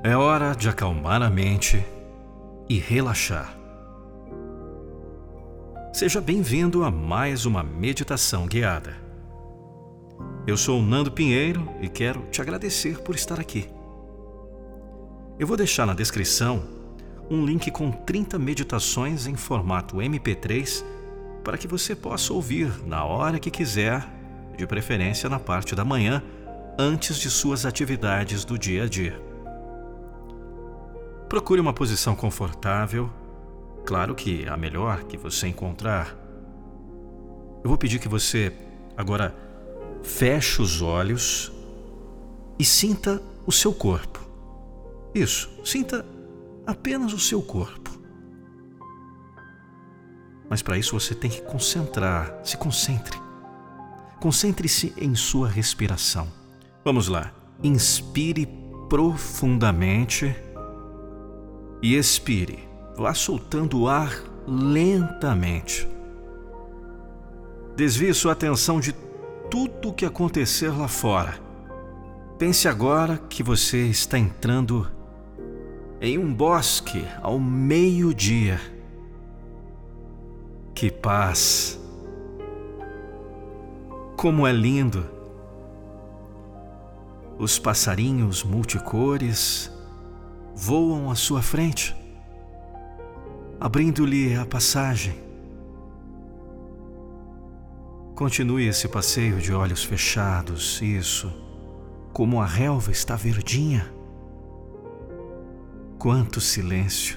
É hora de acalmar a mente e relaxar. Seja bem-vindo a mais uma meditação guiada. Eu sou o Nando Pinheiro e quero te agradecer por estar aqui. Eu vou deixar na descrição um link com 30 meditações em formato MP3 para que você possa ouvir na hora que quiser, de preferência na parte da manhã, antes de suas atividades do dia a dia. Procure uma posição confortável, claro que a melhor que você encontrar. Eu vou pedir que você agora feche os olhos e sinta o seu corpo. Isso, sinta apenas o seu corpo. Mas para isso você tem que concentrar, se concentre. Concentre-se em sua respiração. Vamos lá, inspire profundamente e expire. Vá soltando o ar lentamente. Desvie sua atenção de tudo o que acontecer lá fora. Pense agora que você está entrando em um bosque ao meio-dia. Que paz! Como é lindo! Os passarinhos multicores voam à sua frente, abrindo-lhe a passagem. Continue esse passeio de olhos fechados, isso, como a relva está verdinha. Quanto silêncio!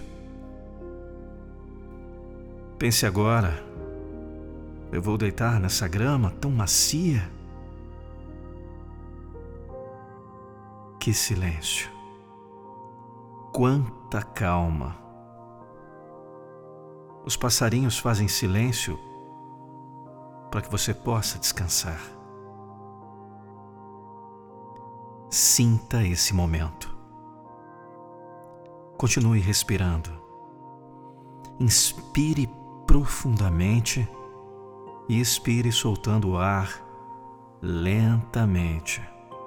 Pense agora, eu vou deitar nessa grama tão macia. Que silêncio! Quanta calma! Os passarinhos fazem silêncio para que você possa descansar. Sinta esse momento. Continue respirando. Inspire profundamente e expire soltando o ar lentamente.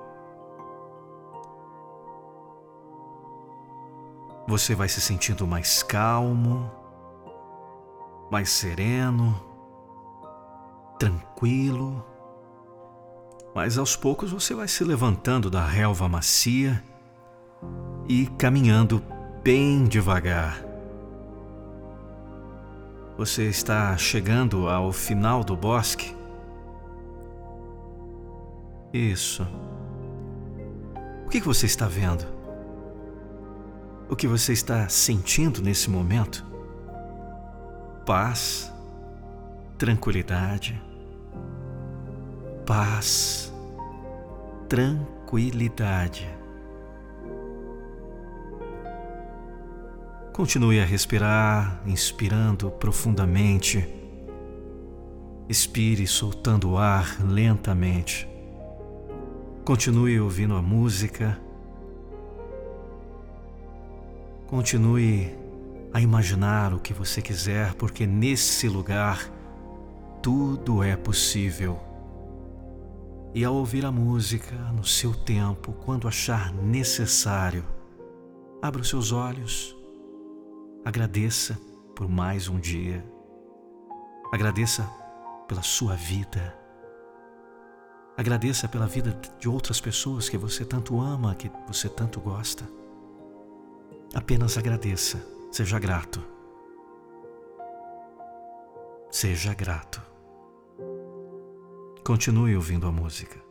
Você vai se sentindo mais calmo, mais sereno, tranquilo, mas aos poucos você vai se levantando da relva macia e caminhando bem devagar. Você está chegando ao final do bosque. Isso. O que você está vendo? O que você está sentindo nesse momento? Paz, tranquilidade, paz, tranquilidade. Continue a respirar, inspirando profundamente. Expire, soltando o ar lentamente. Continue ouvindo a música. Continue a imaginar o que você quiser, porque nesse lugar tudo é possível. E ao ouvir a música, no seu tempo, quando achar necessário, abra os seus olhos, agradeça por mais um dia, agradeça pela sua vida, agradeça pela vida de outras pessoas que você tanto ama, que você tanto gosta. Apenas agradeça, seja grato. Seja grato. Continue ouvindo a música.